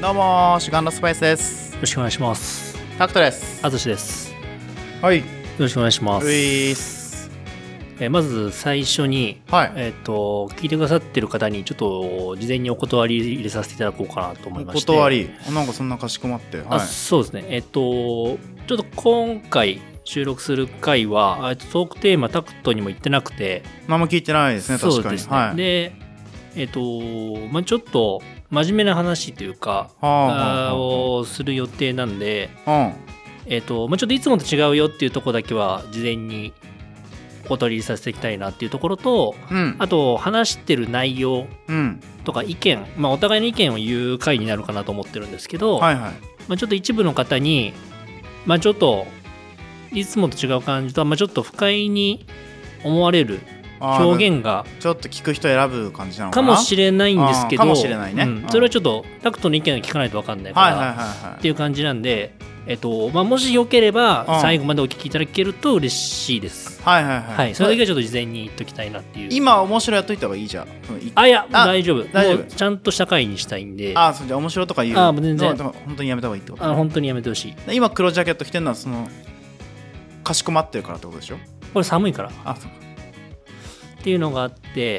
どうもシュガンドスパイスです。 よろしくお願いします。 タクトです。 あずしです。 はい、 よろしくお願いします。まず最初に、 はい、 聞いてくださってる方にちょっと事前にお断り入れさせていただこうかなと思いまして。 お断り、なんかそんなかしこまって、はい、 そうですね。ちょっと今回収録する回はトークテーマタクトにも言ってなくて、 何も聞いてないですね。確かに。 そうですね。 はい、 で、ちょっと真面目な話というか、をする予定なんで、ちょっといつもと違うよっていうところだけは事前にお取りさせていきたいなっていうところと、あと話してる内容とか意見、お互いの意見を言う回になるかなと思ってるんですけど、ちょっと一部の方に、ちょっといつもと違う感じと、ちょっと不快に思われる表現がちょっと聞く人選ぶ感じなのかなかもしれないんですけど、 かもしれないね、 それはちょっとタクトの意見を聞かないと分かんないからっていう感じなんで、もしよければ最後までお聞きいただけると嬉しいです。それだけはちょっと事前に言っときたいなっていう。 今面白いやっといた方がいいじゃん。 いや大丈夫。もうちゃんとした回にしたいんで。 そうじゃあ面白とか言う。 全然本当にやめた方がいいってこと。 本当にやめてほしい。 今黒ジャケット着てるのはそのかしこまってるからってことでしょ。 これ寒いから。 そうっていうのがあって、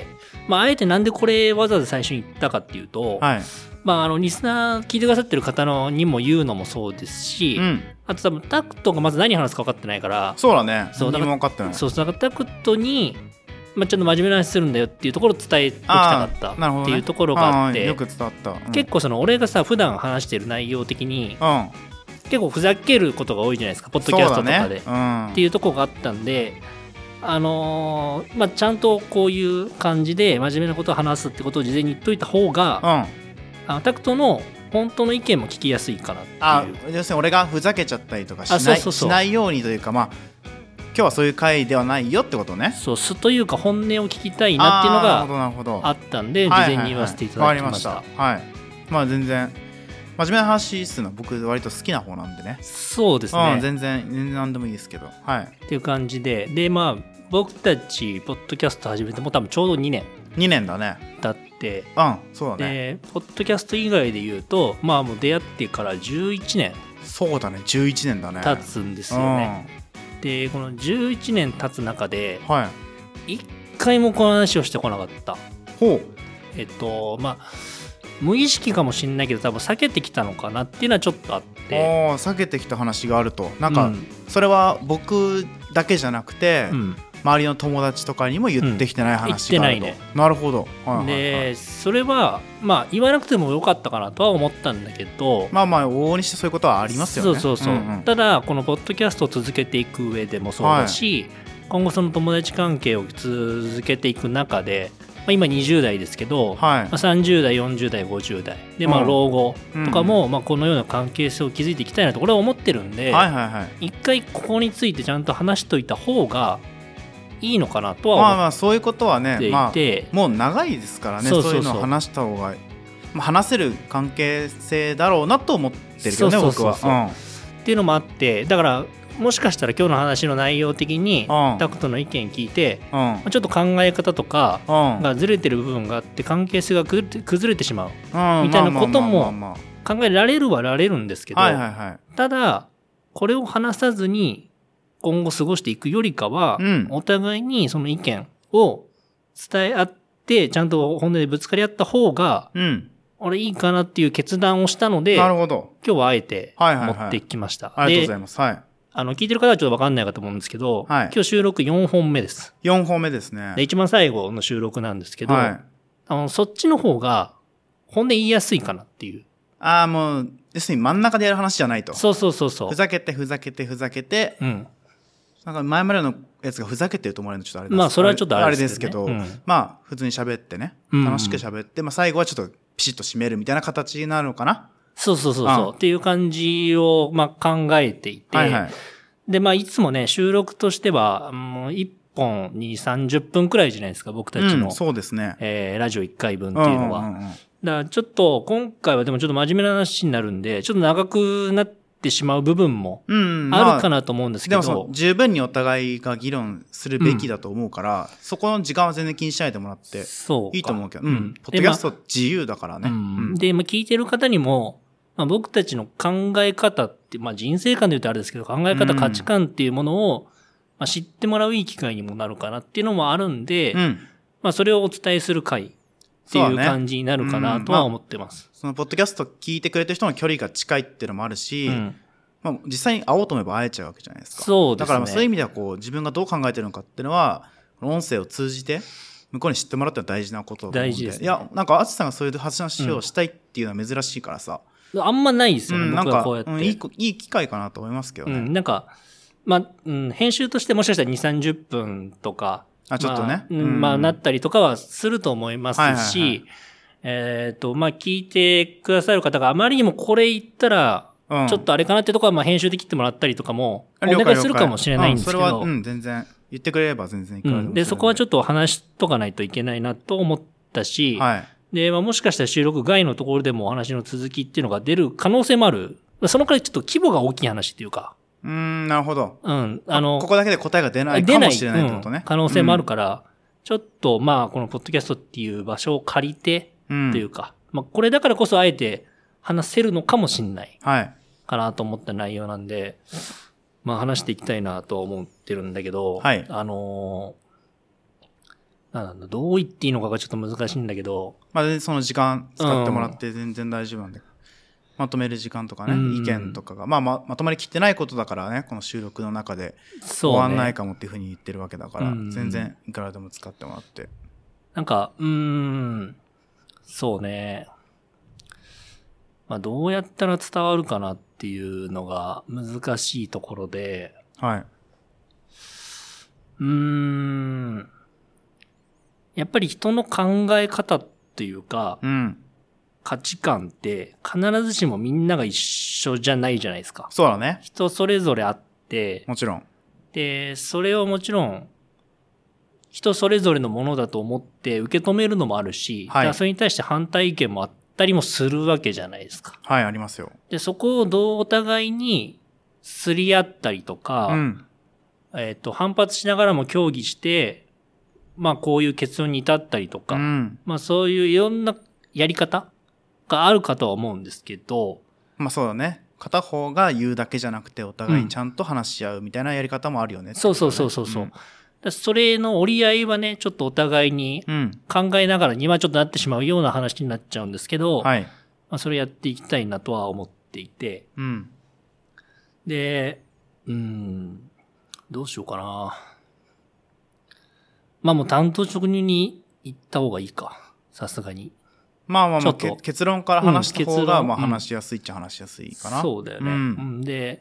あえてなんでこれわざわざ最初に言ったかっていうと、リスナー聞いてくださってる方のにも言うのもそうですし、あと多分タクトがまず何話すか分かってないから。 そうだね。何も分かってない。 だからタクトに、ちょっと真面目な話するんだよっていうところを伝えておきたかったっていうところがあって、 よく伝わった。 結構俺がさ普段話してる内容的に、結構ふざけることが多いじゃないですか、ポッドキャストとかで、っていうところがあったんで、ちゃんとこういう感じで真面目なことを話すってことを事前に言っといた方が、タクトの本当の意見も聞きやすいかなっていう。 要するに俺がふざけちゃったりとかしないようにというか、今日はそういう回ではないよってことね。 素というか本音を聞きたいなっていうのがあったんで、事前に言わせていただきました。 全然真面目な話するのは僕割と好きな方なんでね。 そうですね。 全然何でもいいですけど、 っていう感じで、僕たちポッドキャスト始めても多分ちょうど2年だね経って、 そうだね。 でポッドキャスト以外で言うと、もう出会ってから11年、 そうだね、11年だね経つんですよね。でこの11年経つ中で、1回もこの話をしてこなかった。無意識かもしれないけど多分避けてきたのかなっていうのはちょっとあって。 避けてきた話があると。なんか、それは僕だけじゃなくて、周りの友達とかにも言ってきてない話があると。 言ってないね。 なるほど。 でそれは言わなくてもよかったかなとは思ったんだけど、 往々にしてそういうことはありますよね。 ただこのポッドキャストを続けていく上でもそうだし、今後その友達関係を続けていく中で、今20代ですけど、30代40代50代で、老後とかも、このような関係性を築いていきたいなとこれは思ってるんで、一回ここについてちゃんと話しといた方がいいのかなとは思っていて、 そういうことはね、もう長いですからね。そういうのを話した方が話せる関係性だろうなと思ってるけどね、僕は。 っていうのもあって、だからもしかしたら今日の話の内容的にタクトの意見聞いて、ちょっと考え方とかがずれてる部分があって関係性が崩れてしまうみたいなことも考えられるはられるんですけど、ただこれを話さずに今後過ごしていくよりかは、お互いにその意見を伝え合ってちゃんと本音でぶつかり合った方が、俺いいかなっていう決断をしたので、今日はあえて持ってきました。 ありがとうございます。 聞いてる方はちょっと分かんないかと思うんですけど、今日収録4本目です。 4本目ですね。 で一番最後の収録なんですけど、そっちの方が本音言いやすいかなっていう。 もう要するに真ん中でやる話じゃないと。 そう。 ふざけて、なんか前までのやつがふざけてると思われるのちょっとあれです。 それはちょっとあれですけど、普通に喋ってね、楽しく喋って、最後はちょっとピシッと締めるみたいな形になるのかな。 そうっていう感じを考えていて、でいつもね収録としてはもう1本に30分くらいじゃないですか、僕たちの、 そうですね、 ラジオ1回分っていうのは。だからちょっと今回はでもちょっと真面目な話になるんでちょっと長くなってしまう部分もあるかなと思うんですけど、 でも十分にお互いが議論するべきだと思うから、そこの時間は全然気にしないでもらっていいと思うけど、ポッドキャスト自由だからね。 で聞いてる方にもまあ、僕たちの考え方って、まあ、人生観で言うとあれですけど、考え方、価値観っていうものを、まあ、知ってもらういい機会にもなるかなっていうのもあるんで、まあ、それをお伝えする会っていう感じになるかなとは思ってます。 そのポッドキャスト聞いてくれてる人の距離が近いっていうのもあるし、まあ、実際に会おうと思えば会えちゃうわけじゃないですか。 そうですね。 だからそういう意味ではこう自分がどう考えてるのかっていうのは音声を通じて向こうに知ってもらったら大事なことだと思うんで。 大事ですね。 いやなんか淳さんがそういう話をしたいっていうのは珍しいからさ。 あんまないですよね。僕はこうやって。 いい機会かなと思いますけどね。 なんかまあ、編集としてもしかしたら2、30分とか、 ちょっとね、 まあなったりとかはすると思いますし、まあ聞いてくださる方があまりにもこれ言ったらちょっとあれかなってところはまあ編集で切ってもらったりとかもお願いするかもしれないんですけど、 それは全然言ってくれれば全然いくらでも。 でそこはちょっと話しとかないといけないなと思ったし、でまあもしかしたら収録外のところでもお話の続きっていうのが出る可能性もある。そのくらいちょっと規模が大きい話っていうか。 なるほど。 ここだけで答えが出ないかもしれないってことね。 可能性もあるから、ちょっとまあこのポッドキャストっていう場所を借りてというか、まあこれだからこそあえて話せるのかもしれないかなと思った内容なんで、まあ話していきたいなと思ってるんだけど、どう言っていいのかがちょっと難しいんだけど、 まあその時間使ってもらって全然大丈夫なんで。まとめる時間とかね、意見とかが、まとまりきってないことだからね、この収録の中で終わんないかもっていうふうに言ってるわけだから、全然いくらでも使ってもらって。 なんか、そうね。まあどうやったら伝わるかなっていうのが難しいところで、やっぱり人の考え方っていうか、価値観って必ずしもみんなが一緒じゃないじゃないですか。 そうだね。 人それぞれあって。 もちろん。 で、それをもちろん人それぞれのものだと思って受け止めるのもあるし、それに対して反対意見もあったりもするわけじゃないですか。 ありますよ。 で、そこをどうお互いにすり合ったりとか、反発しながらも協議して、まあこういう結論に至ったりとか、まあそういういろんなやり方があるかとは思うんですけど。 まあそうだね。片方が言うだけじゃなくてお互いにちゃんと話し合うみたいなやり方もあるよね。 そう。それの折り合いはね、ちょっとお互いに考えながらにはちょっとなってしまうような話になっちゃうんですけど、まあそれやっていきたいなとは思っていて。で、どうしようかな。まあもう単刀直入に言った方がいいか。さすがに。 まあ結論から話した方が話しやすいっちゃ話しやすいかな。 そうだよね。で、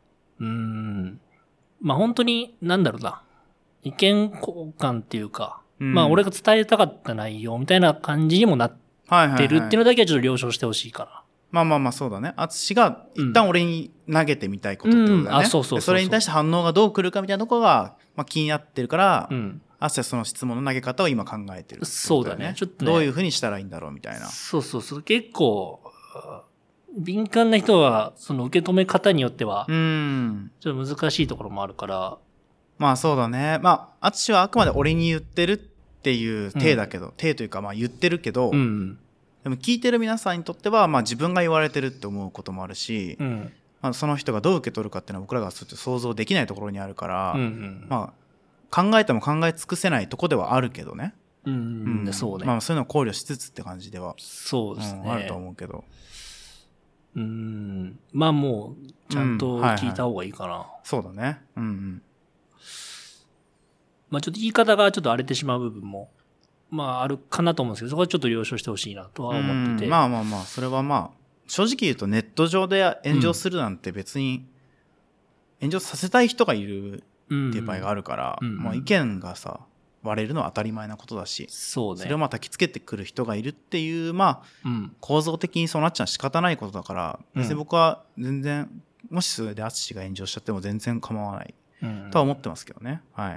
まあ本当になんだろうな。意見交換っていうか、まあ俺が伝えたかった内容みたいな感じにもなってるっていうのだけはちょっと了承してほしいかな。まあそうだね。淳が一旦俺に投げてみたいことってことだよね。それに対して反応がどう来るかみたいなところが気になってるから、淳はその質問の投げ方を今考えてる、 そうだね。ちょっとどういうふうにしたらいいんだろうみたいな。 そう。結構、敏感な人は、その受け止め方によっては、ちょっと難しいところもあるから。 まあそうだね。まあ、淳はあくまで俺に言ってるっていう体だけど、体というかまあ言ってるけど、でも聞いてる皆さんにとっては、まあ自分が言われてるって思うこともあるし、まあ、その人がどう受け取るかっていうのは僕らが想像できないところにあるから、まあ、考えても考え尽くせないとこではあるけどね。 そうね。 まあそういうのを考慮しつつって感じでは。 そうですね。 あると思うけど。 まあもう、ちゃんと聞いた方がいいかな。 そうだね。 まあちょっと言い方がちょっと荒れてしまう部分も、まああるかなと思うんですけど、そこはちょっと了承してほしいなとは思ってて。 まあ、それはまあ、正直言うとネット上で炎上するなんて別に、炎上させたい人がいるっていう場合があるから、まあ意見がさ割れるのは当たり前なことだし、 それをまた焚きつけてくる人がいるっていうまあ、構造的にそうなっちゃう仕方ないことだから、別に僕は全然もしそれで淳が炎上しちゃっても全然構わないとは思ってますけどね。ま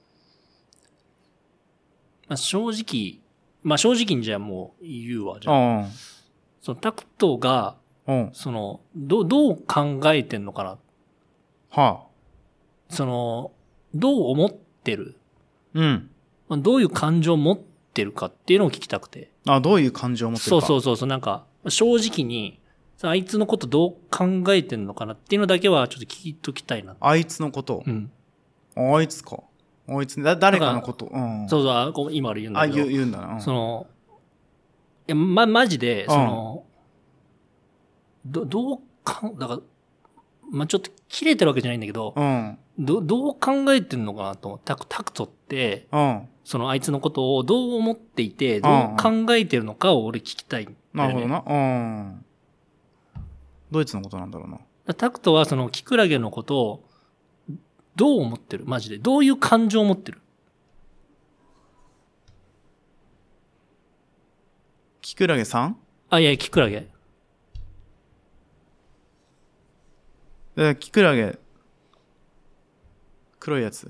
あ、正直にじゃあもう言うわ。じゃあそのタクトがそのどう考えてんのかな。そのどう思ってる、どういう感情を持ってるかっていうのを聞きたくて。 どういう感情を持ってるか。 そうなんか正直にあいつのことどう考えてんのかなっていうのだけはちょっと聞いときたいな。 あいつのこと。 うん。 あいつか。あいつ、誰かのこと。うん。 そうそう、今あれ言うんだけど。 言うんだな。 いや、マジで、どうだから、ちょっと切れてるわけじゃないんだけど、どう考えてんのかなと思って、タクトって、あいつのことをどう思っていて、どう考えてるのかを俺聞きたいんだよね。 なるほどな。ドイツのことなんだろうな。 タクトはキクラゲのことをどう思ってる？マジで。どういう感情を持ってる？ キクラゲさん？ いや、キクラゲ。 キクラゲ、黒いやつ。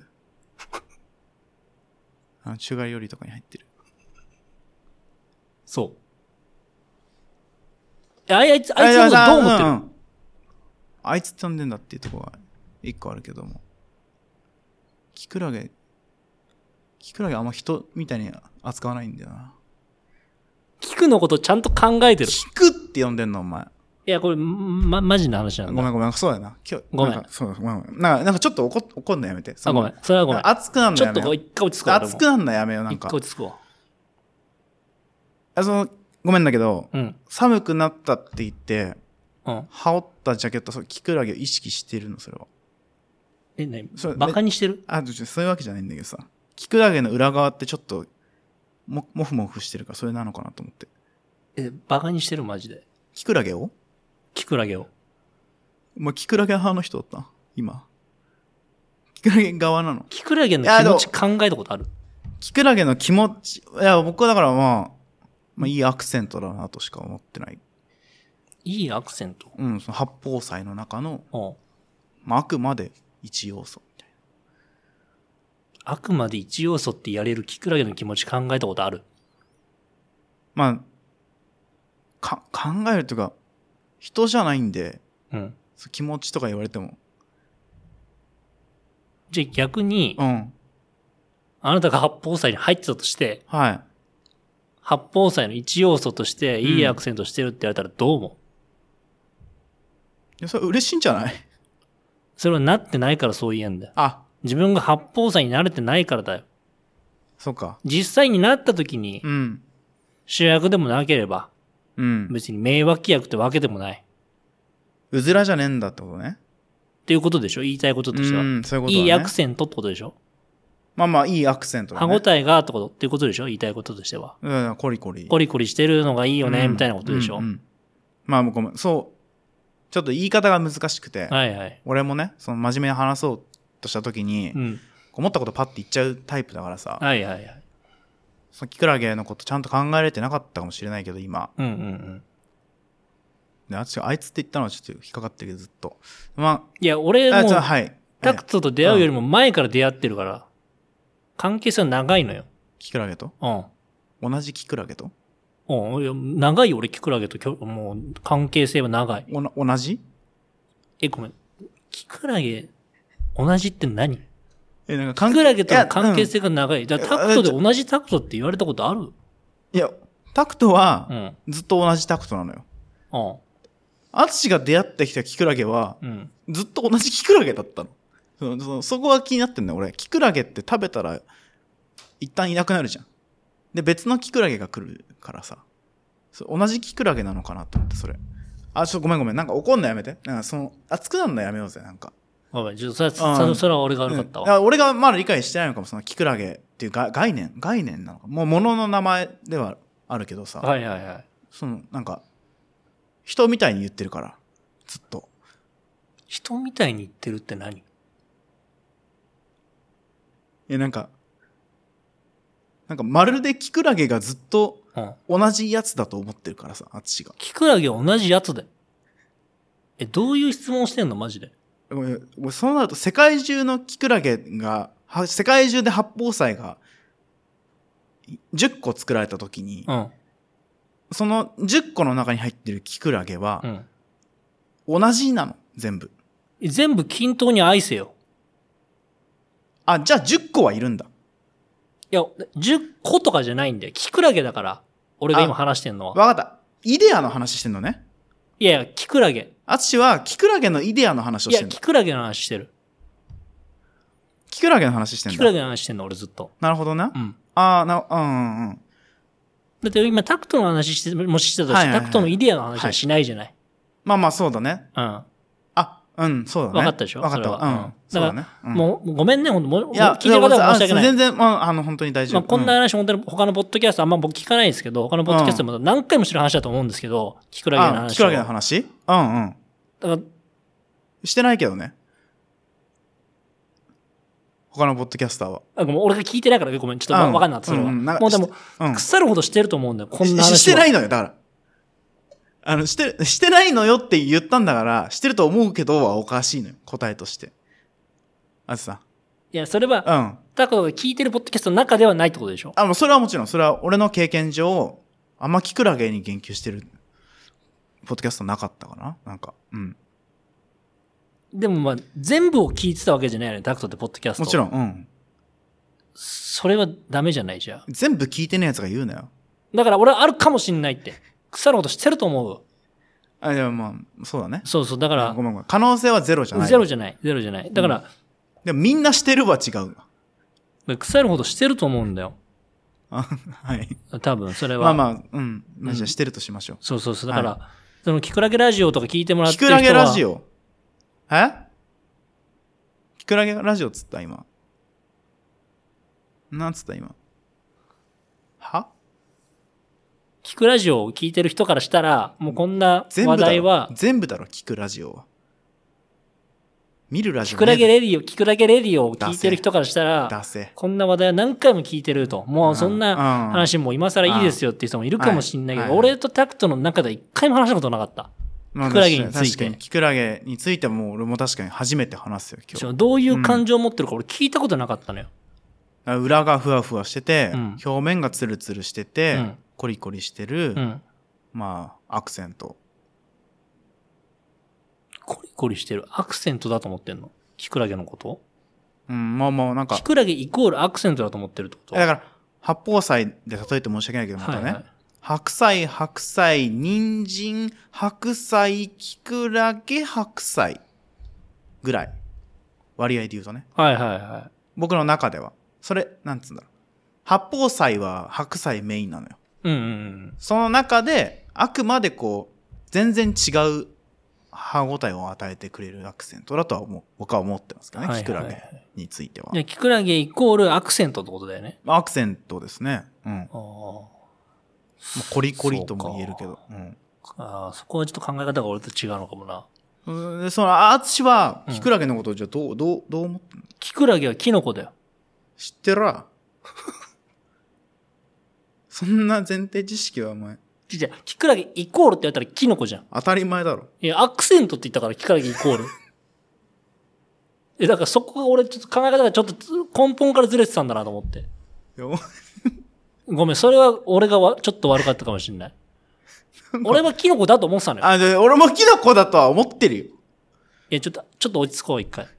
中華料理とかに入ってる。 そう。あいつのことどう思ってる？ あいつって呼んでんだっていうところが一個あるけども。キクラゲあんま人みたいに扱わないんだよな。 キクのことちゃんと考えてる。 キクって呼んでんのお前。 いや、これ、マジな話なんだ。 ごめん、そうだな。 ごめん。 そうごめん。なんかちょっと怒んのやめて。 ごめん。それはごめん。 熱くなんのやめよ。 ちょっと一回落ち着くわ。 熱くなんのやめよ、なんか。 一回落ち着くわ。 ごめんだけど、寒くなったって言って、羽織ったジャケット、キクラゲを意識してるの、それは。 バカにしてる？ そういうわけじゃないんだけどさ。キクラゲの裏側ってちょっと、もふもふしてるから、それなのかなと思って。 バカにしてるマジで。 キクラゲを？ キクラゲを。 キクラゲ派の人だった今。キクラゲ側なの？ キクラゲの気持ち考えたことある？ キクラゲの気持ち、僕はだからまあいいアクセントだなとしか思ってない。 いいアクセント？ その八宝菜の中の、あくまで一要素みたいな。あくまで一要素ってやれるキクラゲの気持ち考えたことある？ 考えるというか、人じゃないんで、気持ちとか言われても。 じゃあ逆に、あなたが八宝菜に入ってたとして、八宝菜の一要素としていいアクセントしてるって言われたらどう思う？ それ嬉しいんじゃない？ それはなってないからそう言えんだよ。自分が八宝菜に慣れてないからだよ。 そうか。 実際になった時に、主役でもなければ、別に名脇役ってわけでもない。 うずらじゃねえんだってことね。 っていうことでしょ？言いたいこととしては。 そういうことだね。 いいアクセントってことでしょ？ いいアクセントだね。 歯応えがってことっていうことでしょ？言いたいこととしては。 コリコリ。 コリコリしてるのがいいよね、みたいなことでしょ？ ごめん。そう。ちょっと言い方が難しくて。俺もね、真面目に話そうとしたときに、思ったことパッて言っちゃうタイプだからさ。キクラゲのことちゃんと考えられてなかったかもしれないけど、今。で、あいつって言ったのはちょっと引っかかってるけど、ずっと。 いや、俺も、タクトと出会うよりも前から出会ってるから、関係性は長いのよ。 キクラゲと？同じキクラゲと？ 長い俺キクラゲともう関係性は長い。 同じ？ ごめん。キクラゲ、同じって何？ キクラゲとの関係性が長い。タクトで同じタクトって言われたことある？ いや、タクトは、ずっと同じタクトなのよ。アツシが出会ってきたキクラゲは、ずっと同じキクラゲだったの。そこが気になってんだよ、俺。キクラゲって食べたら、一旦いなくなるじゃん。で、別のキクラゲが来るからさ。同じキクラゲなのかなと思って、それ。ごめん。なんか怒んのやめて。熱くなるのやめようぜ、なんか。 それは俺が悪かったわ。 俺がまだ理解してないのかも、キクラゲっていう概念なのか。もう物の名前ではあるけどさ。なんか、人みたいに言ってるから、ずっと。 人みたいに言ってるって何？ なんかまるでキクラゲがずっと同じやつだと思ってるからさ、あつしが。 キクラゲは同じやつだよ。どういう質問してんのマジで。 そうなると世界中のキクラゲが、世界中で八宝菜が10個作られた時に、その10個の中に入ってるキクラゲは、同じなの、全部。 全部均等に愛せよ。 じゃあ10個はいるんだ。 いや、10個とかじゃないんだよ。キクラゲだから、俺が今話してんのは。 わかった。イデアの話してんのね。 いやいや、キクラゲ。 淳はキクラゲのイデアの話をしてる。 いや、キクラゲの話してる。 キクラゲの話してんだ。 キクラゲの話してんの、俺ずっと。 なるほどね。 うん。だって今タクトの話して、もししてたとして、タクトのイデアの話はしないじゃない。 まあまあそうだね。 うん。 そうだね。 分かったでしょ。 分かった。うん。 そうだね。もう、ごめんね、本当聞いてる方は申し訳ない。 全然、本当に大丈夫。 こんな話、本当に他のポッドキャスト、僕聞かないですけど、他のポッドキャストも何回もしてる話だと思うんですけど、キクラゲの話。 キクラゲの話？だから、してないけどね。他のポッドキャスターは。 俺が聞いてないからごめん、ちょっと分かんなかった、それは。もうでも、腐るほどしてると思うんだよ、こんな話。 してないのよ、だから。してないのよって言ったんだから、してると思うけどはおかしいのよ、答えとして。あずさん。 いや、それは、タクトが聞いてるポッドキャストの中ではないってことでしょ？ もうそれはもちろん、それは俺の経験上、あんまキクラゲに言及してる、ポッドキャストなかったかな？なんか、 でも全部を聞いてたわけじゃないよね、タクトってポッドキャスト。 もちろん、 それはダメじゃないじゃん。 全部聞いてねえやつが言うなよ。 だから俺はあるかもしんないって。腐るほどしてると思う。 でもそうだね。 そう、だから。 ごめん。可能性はゼロじゃない。 ゼロじゃない。だから。 でもみんなしてるは違う。 腐るほどしてると思うんだよ。 はい。 多分、それは。 じゃあしてるとしましょう。 そう。だから、そのキクラゲラジオとか聞いてもらってる人は。 キクラゲラジオキクラゲラジオっつった今。なんつった今。は聞くラジオを聞いてる人からしたら、もうこんな話題は。 全部だろ、聞くラジオは。見るラジオ。 聞くラゲレディオを聞いてる人からしたら、こんな話題は何回も聞いてると。もうそんな話も今更いいですよっていう人もいるかもしれないけど、俺とタクトの中で一回も話したことなかった。キクラゲについて。 キクラゲについても俺も確かに初めて話すよ、今日。 どういう感情を持ってるか俺聞いたことなかったのよ。 裏がふわふわしてて、表面がツルツルしてて、コリコリしてる、アクセント。 コリコリしてるアクセントだと思ってんの？キクラゲのこと？ なんか。 キクラゲイコールアクセントだと思ってるってこと？ だから、八宝菜で例えて申し訳ないけど、またね。白菜、人参、白菜、キクラゲ、白菜ぐらい。割合で言うとね。僕の中では。それ、なんつうんだろう。八宝菜は白菜メインなのよ。その中で、あくまで全然違う歯応えを与えてくれるアクセントだとは僕は思ってますけどね、キクラゲについては。 キクラゲイコールアクセントってことだよね。 アクセントですね。コリコリとも言えるけど。 そこはちょっと考え方が俺と違うのかもな。 淳は、キクラゲのことをじゃあどう思ってんの？ キクラゲはキノコだよ。 知ってら。そんな前提知識はお前。 キクラゲイコールって言ったらキノコじゃん。 当たり前だろ。 いや、アクセントって言ったからキクラゲイコール。だからそこが俺ちょっと考え方がちょっと根本からずれてたんだなと思って。ごめん、それは俺がちょっと悪かったかもしれない。俺はキノコだと思ってたのよ。 俺もキノコだとは思ってるよ。 いや、ちょっと落ち着こう、一回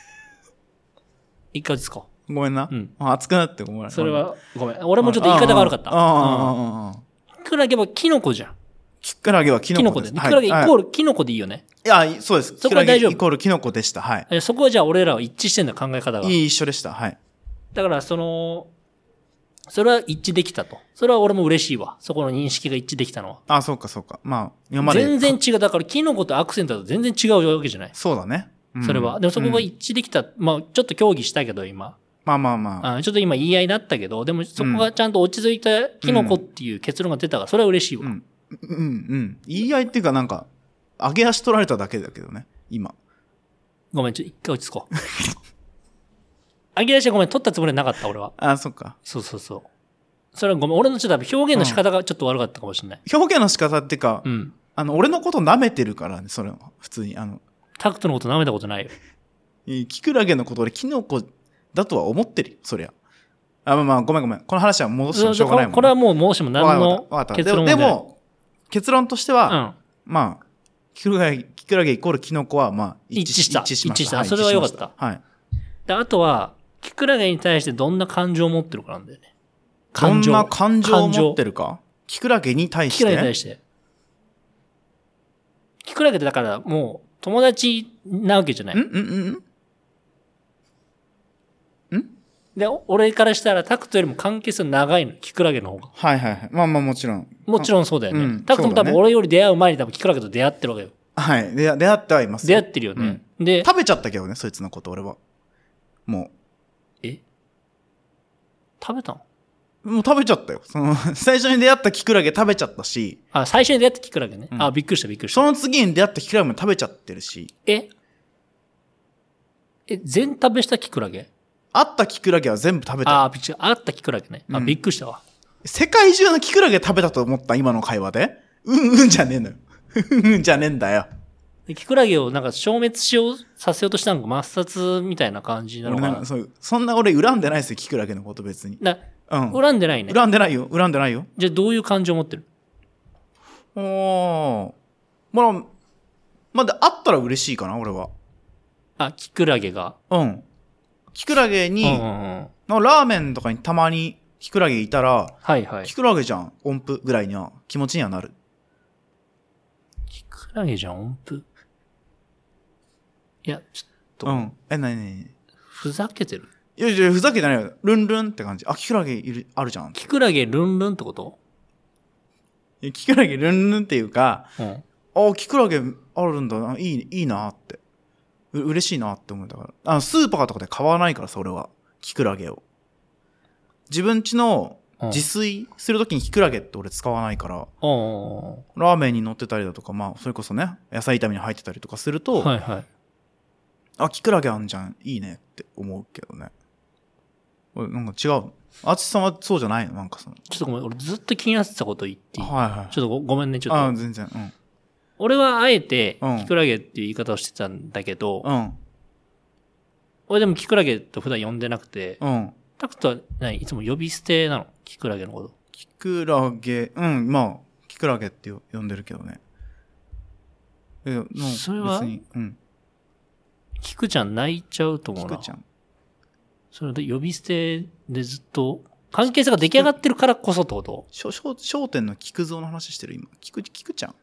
落ち着こう。ごめんな。熱くなってごめん。 それは、ごめん。俺もちょっと言い方が悪かった。キクラゲはキノコじゃん。 キクラゲはキノコです。 キクラゲイコールキノコでいいよね。 いや、そうです。 そこは大丈夫。 キクラゲイコールキノコでした。はい。 そこはじゃあ俺らは一致してんだ、考え方が。 一緒でした。はい。 だからそれは一致できたと。それは俺も嬉しいわ。そこの認識が一致できたのは。 そうか。今まで。 全然違う。だからキノコとアクセントだと全然違うわけじゃない。 そうだね。 それは。でもそこが一致できた。ちょっと協議したけど今。 ちょっと今言い合いだったけど、でもそこがちゃんと落ち着いたキノコっていう結論が出たから、それは嬉しいわ。 言い合いっていうかなんか、上げ足取られただけだけどね、今。 ごめん、一回落ち着こう。上げ足はごめん、取ったつもりはなかった、俺は。 そっか。 そう。それはごめん、俺のちょっと表現の仕方がちょっと悪かったかもしれない。 表現の仕方っていうか、俺のこと舐めてるからね、それは。普通に。 タクトのこと舐めたことないよ。 キクラゲのこと俺キノコだとは思ってるよ、そりゃ。ごめん。この話は戻してもしょうがないもんね。 これはもう戻しても何の結論もない。 でも、結論としては、キクラゲイコールキノコは、 一致した。 一致した。 それは良かった。 はい。 で、あとは、キクラゲに対してどんな感情を持ってるかなんだよね。 どんな感情を持ってるか？キクラゲに対して。 キクラゲに対して。 くらげってだからもう友達なわけじゃない。で、俺からしたらタクトよりも関係性長いの、キクラゲの方が。 はいはいはい。まあまあもちろん。 もちろんそうだよね。 うんタクトも多分俺より出会う前に多分キクラゲと出会ってるわけよ。 はい。出会ってはいますよ。 出会ってるよね。で、 食べちゃったけどね、そいつのこと俺は。も食べたの？ もう食べちゃったよ。最初に出会ったキクラゲ食べちゃったし。 最初に出会ったキクラゲね。びっくりしたびっくりした。 その次に出会ったキクラゲも食べちゃってるし。 全食べしたキクラゲ？ あったキクラゲは全部食べた。 あったキクラゲね。びっくりしたわ。 世界中のキクラゲ食べたと思った今の会話で？うんじゃねえのよ。うんじゃねえんだよ。 キクラゲをなんか消滅させようとしたのが抹殺みたいな感じなのかな。 そんな俺恨んでないですよ、キクラゲのこと別に。 恨んでないね。 恨んでないよ。恨んでないよ。 じゃあどういう感情を持ってる？ まだあったら嬉しいかな、俺は。 キクラゲが。 キクラゲに、ラーメンとかにたまにキクラゲいたら、キクラゲじゃん、音符ぐらいには気持ちにはなる。 キクラゲじゃん、音符。いや、ちょっと。 何ふざけてる？ いや、ふざけてないよ。ルンルンって感じ。キクラゲあるじゃん。 キクラゲルンルンってこと？ キクラゲルンルンっていうか、キクラゲあるんだな、いいなって。嬉しいなって思うんだから。スーパーとかで買わないからさ、俺は。キクラゲを。自分家の自炊するときにキクラゲって俺使わないから、ラーメンに乗ってたりだとか、それこそね、野菜炒めに入ってたりとかすると、キクラゲあんじゃん、いいねって思うけどね。なんか違う。あつさんはそうじゃないの？なんかちょっとごめん、俺ずっと気になってたこと言っていい？ちょっとごめんね、ちょっと。 全然。 俺はあえて、キクラゲっていう言い方をしてたんだけど、俺でもキクラゲと普段呼んでなくて、タクトは何？いつも呼び捨てなの？キクラゲのこと。 キクラゲ、キクラゲって呼んでるけどね。 それは、キクちゃん泣いちゃうと思うな。 キクちゃん。 それで呼び捨てでずっと、関係性が出来上がってるからこそってこと？ 商店のキクゾウの話してる今。キクちゃん。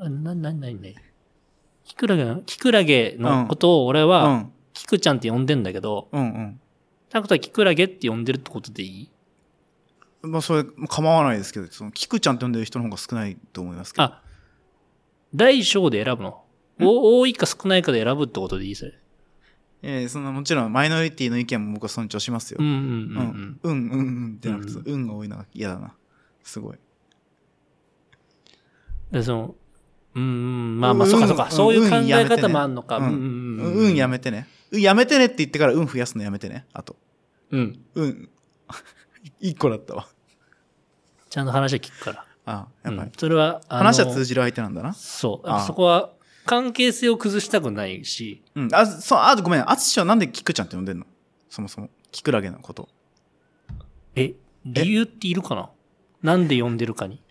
キクラゲのことを俺は、キクちゃんって呼んでんだけど、タクトはキクラゲって呼んでるってことでいい？ それ構わないですけど、キクちゃんって呼んでる人の方が少ないと思いますけど。 大小で選ぶの？多いか少ないかで選ぶってことでいい？それ。 もちろんマイノリティの意見も僕は尊重しますよ。ってなくて、が多いのが嫌だな。すごい。 で、そうか。そういう考え方もあんのか。 やめてね。やめてねって言ってから増やすのやめてね。あと。一個だったわ。 ちゃんと話は聞くから。 やっぱり。 それは、 話は通じる相手なんだな。 そう。そこは、関係性を崩したくないし。 ごめん。あつしはなんでキクちゃんって呼んでんの？そもそも。キクラゲのこと。 理由っているかな？なんで呼んでるかに。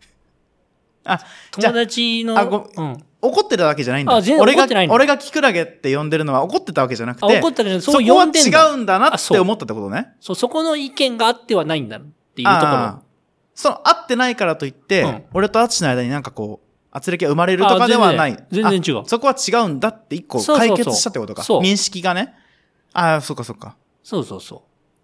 友達の、 怒ってたわけじゃないんだ。俺がキクラゲって呼んでるのは怒ってたわけじゃなくて、 怒ってたそう呼んでんだ。 そこは違うんだなって思ったってことね。 そこの意見があってはないんだっていうところ。 合ってないからといって、俺とあつしの間になんか圧力が生まれるとかではない。 全然違う。 そこは違うんだって一個解決したってことか。認識がね。そっかそっか。 そう。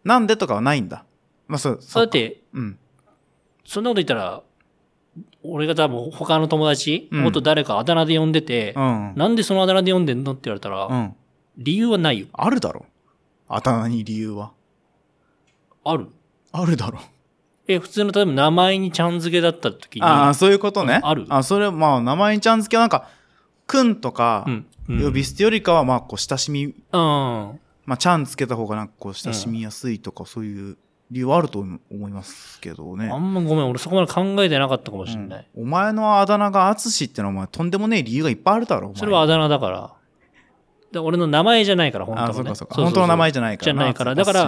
なんでとかはないんだ。そう。 だって、そんなこと言ったら、俺が多分他の友達、もっと誰かあだ名で呼んでて、なんでそのあだ名で呼んでんのって言われたら、理由はないよ。 あるだろ。あだ名に理由は。 あるだろ。 普通の例えば名前にちゃん付けだった時に。 そういうことね。 ある。 それ名前にちゃん付けはなんか、くんとか、呼び捨てよりかは親しみ、ちゃん付けた方がなんか親しみやすいとか、そういう理由はあると思いますけどね。 ごめん、俺そこまで考えてなかったかもしれない。 お前のあだ名があつしってのはお前とんでもねえ理由がいっぱいあるだろ、お前。 それはあだ名だから。俺の名前じゃないから、本当はね。 そうか。本当の名前じゃないから。 だから、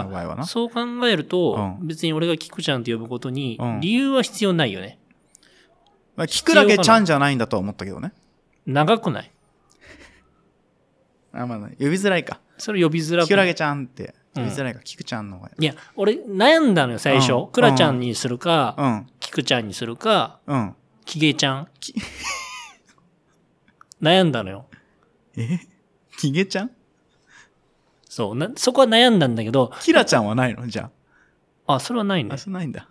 そう考えると、別に俺がキクちゃんって呼ぶことに、理由は必要ないよね。 キクラゲちゃんじゃないんだとは思ったけどね。 長くない？ 呼びづらいか。 それ呼びづらくない？ キクラゲちゃんって。呼びづらいか、キクちゃんの方が。 いや、俺悩んだのよ、最初。クラちゃんにするか、キクちゃんにするか、キゲちゃん。 悩んだのよ。 ヒゲちゃん？ そう。そこは悩んだんだけど。 キラちゃんはないの？じゃあ。あ、それはないね。 あ、それないんだ。 うん。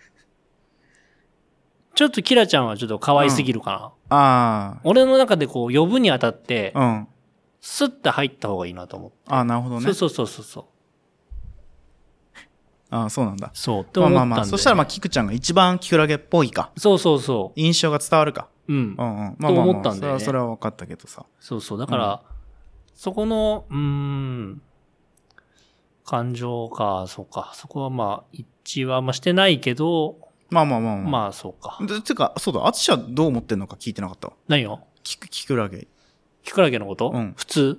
ちょっとキラちゃんはちょっと可愛すぎるかな。 ああ。 俺の中でこう呼ぶにあたって、 うん。 スッて入った方がいいなと思って。 ああ、なるほどね。 そう。 ああ、そうなんだ。 そう。って思ったんで。 まあ。そしたらキクちゃんが一番キクラゲっぽいか。 そう。 印象が伝わるか。 うん。 まあと思ったんだよね。 それは分かったけどさ。 そう。だから、そこの、感情か、そうか。そこはまあ、一致はしてないけど、 まあ。 まあ、そうか。 てか、そうだ、あつしはどう思ってんのか聞いてなかったわ。 何よ？ キクラゲ。 キクラゲのこと？ うん。 普通？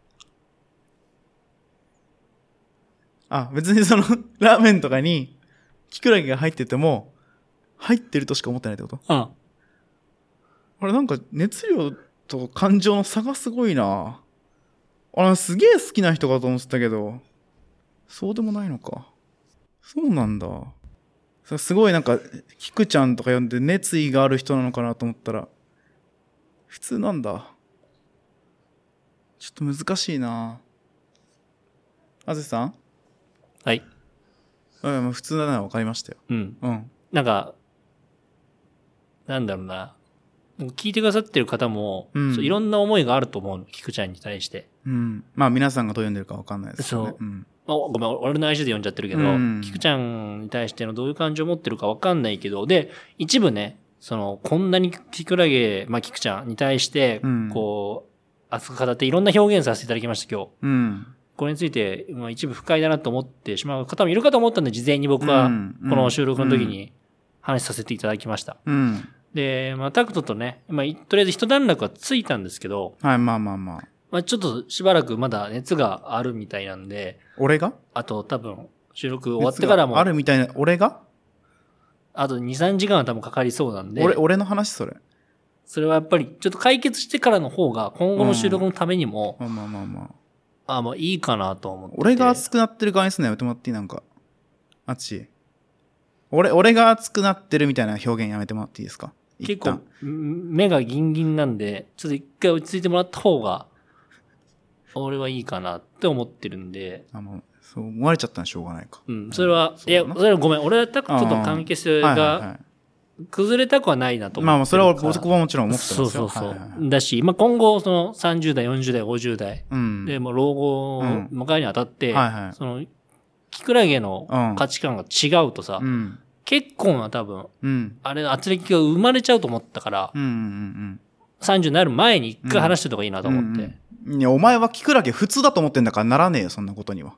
あ、別にその、ラーメンとかに、キクラゲが入ってても、入ってるとしか思ってないってこと？ うん。 あれなんか、熱量と感情の差がすごいな。すげえ好きな人かと思ってたけど、そうでもないのか。そうなんだ。すごいなんか、キクちゃんとか呼んで熱意がある人なのかなと思ったら、普通なんだ。ちょっと難しいな。あずさん？ はい。 普通なのは分かりましたよ。 うん。なんか、なんだろうな。聞いてくださってる方も、いろんな思いがあると思うの、キクちゃんに対して。 まあ皆さんがどう呼んでるか分かんないですけどね。そう。 ごめん、俺の愛情で呼んじゃってるけど、キクちゃんに対してのどういう感情を持ってるか分かんないけど、で、一部ね、こんなにキクラゲ、キクちゃんに対して、こう、熱く語っていろんな表現させていただきました、今日。これについて、一部不快だなと思ってしまう方もいるかと思ったんで、事前に僕は、この収録の時に話させていただきました。で、タクトとね、とりあえず一段落はついたんですけど、 はい、まあ。 ちょっとしばらくまだ熱があるみたいなんで、 俺が？ あと多分、収録終わってからも。 あるみたいな、俺が？ あと2、3時間は多分かかりそうなんで。 俺の話それ。 それはやっぱり、ちょっと解決してからの方が、今後の収録のためにも、まあいいかなと思って。 俺が熱くなってる側にすんのやめてもらっていい？なんか。あっち。俺が熱くなってるみたいな表現やめてもらっていいですか？ 結構、目がギンギンなんで、ちょっと一回落ち着いてもらった方が、俺はいいかなって思ってるんで。 そう思われちゃったらしょうがないか。 それは、いや、それはごめん。俺はちょっと関係性が、崩れたくはないなと思って。 まあ、それは僕はもちろん思ってますよ。 そう。だし、今後、30代、40代、50代、で、もう老後を迎えにあたって、キクラゲの価値観が違うとさ、結婚は多分、あれ、圧力が生まれちゃうと思ったから、30になる前に一回話してた方がいいなと思って。 いや、お前はキクラゲ普通だと思ってんだからならねえよ、そんなことには。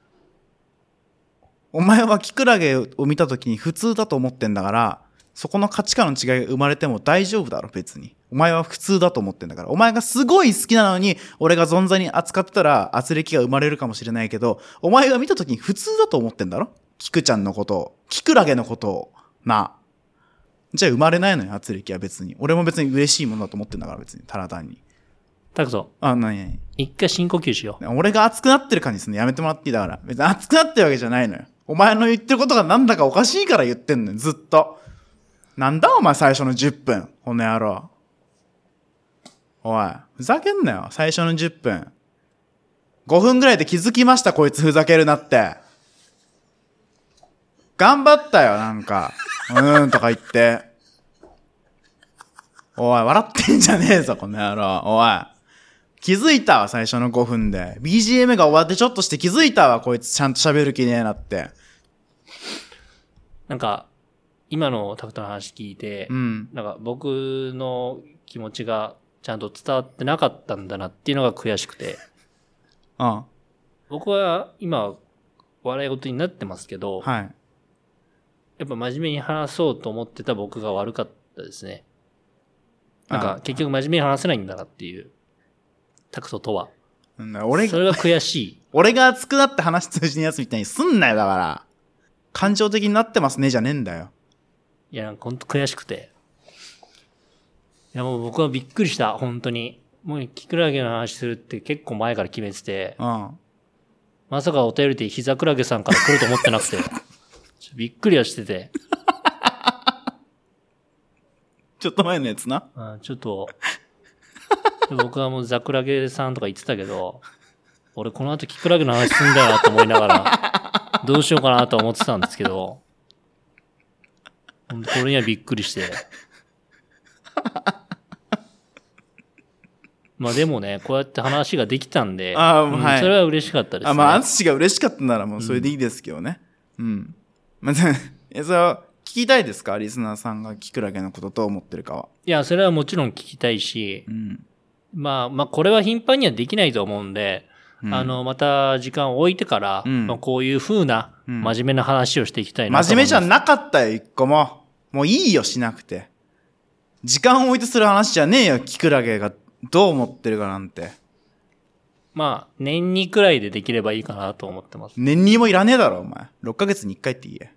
お前はキクラゲを見たときに普通だと思ってんだから、そこの価値観の違いが生まれても大丈夫だろ、別に。お前は普通だと思ってんだから。お前がすごい好きなのに、俺が存在に扱ってたら、圧力が生まれるかもしれないけど、お前が見たときに普通だと思ってんだろ？キクちゃんのことを。キクラゲのことを。な。じゃあ生まれないのよ、圧力は別に。俺も別に嬉しいものだと思ってんだから、別に。ただ単に。 タクト。 何？ 一回深呼吸しよう。俺が熱くなってる感じするのやめてもらっていい？だから。別に熱くなってるわけじゃないのよ。お前の言ってることがなんだかおかしいから言ってんのよ、ずっと。なんだお前最初の10分。この野郎。おい、ふざけんなよ、最初の10分。5分ぐらいで気づきました、こいつふざけるなって。頑張ったよ、なんか。とか言って。おい、笑ってんじゃねえぞ、この野郎。おい。気づいたわ、最初の5分で。BGM が終わってちょっとして気づいたわ、こいつちゃんと喋る気ねえなって。 なんか、今のタクトの話聞いて、なんか僕の気持ちがちゃんと伝わってなかったんだなっていうのが悔しくて。僕は今、笑い事になってますけど、やっぱ真面目に話そうと思ってた僕が悪かったですね。なんか結局真面目に話せないんだなっていう、タクトとは。それが悔しい。 俺が熱くなって話通じないやつみたいにすんなよ、だから。感情的になってますね、じゃねえんだよ。 いや、なんかほんと悔しくて。いや、もう僕はびっくりした、本当に。もうキクラゲの話するって結構前から決めてて、まさかお便りで膝クラゲさんから来ると思ってなくて、びっくりはしてて。 ちょっと前のやつな。 ちょっと、 僕はもうザクラゲさんとか言ってたけど、俺この後キクラゲの話すんだよなと思いながらどうしようかなと思ってたんですけど、これにはびっくりしてまあでもね、こうやって話ができたんで、はい、それは嬉しかったですね。 まあ淳が嬉しかったならもうそれでいいですけどね。まあ、それは聞きたいですか、リスナーさんがキクラゲのことどう思ってるかは。 いや、それはもちろん聞きたいし、まあこれは頻繁にはできないと思うんで、また時間を置いてから、こういう風な真面目な話をしていきたいなと思います。 真面目じゃなかったよ、一個も。もういいよ、しなくて。時間を置いてする話じゃねえよ、キクラゲがどう思ってるかなんて。 まあ、年にくらいでできればいいかなと思ってます。 年にもいらねえだろ、お前。6ヶ月に1回って言え。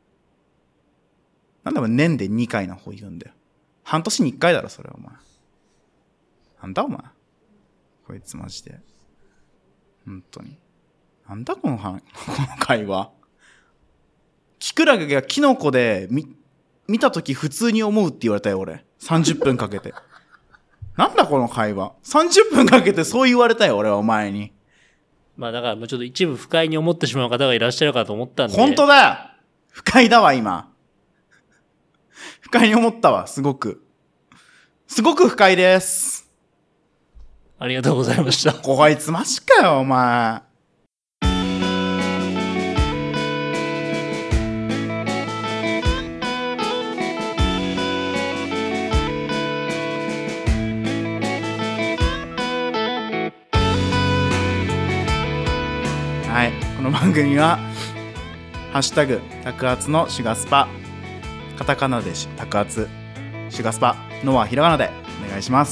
なんでお前年で2回の方言うんだよ。半年に1回だろ、それお前。なんだお前。こいつマジで。本当に。なんだこの会話。キクラゲがキノコで見たとき普通に思うって言われたよ、俺。30分かけて。なんだこの会話。30分かけてそう言われたよ、俺はお前に。 まあだからもうちょっと一部不快に思ってしまう方がいらっしゃるかと思ったんで。 本当だよ。不快だわ、今。不快に思ったわ、すごく。すごく不快です。 ありがとうございました。 こいつマジかよ、お前。はい、この番組はハッシュタグタクアツのシュガスパ、カタカナでタクアツ、シュガスパのはひらがなでお願いします。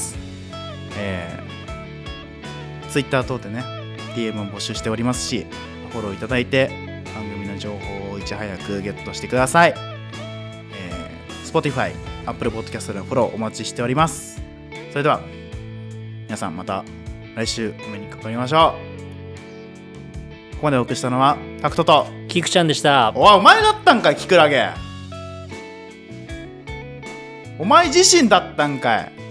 ツイッター等でね DM も募集しておりますし、フォローいただいて番組の情報をいち早くゲットしてください。Spotify、Apple Podcast でのフォローお待ちしております。それでは皆さんまた来週お目にかかりましょう。ここまでお送りしたのはタクトとキクちゃんでした。 お前だったんかい、キクラゲ。お前自身だったんかい。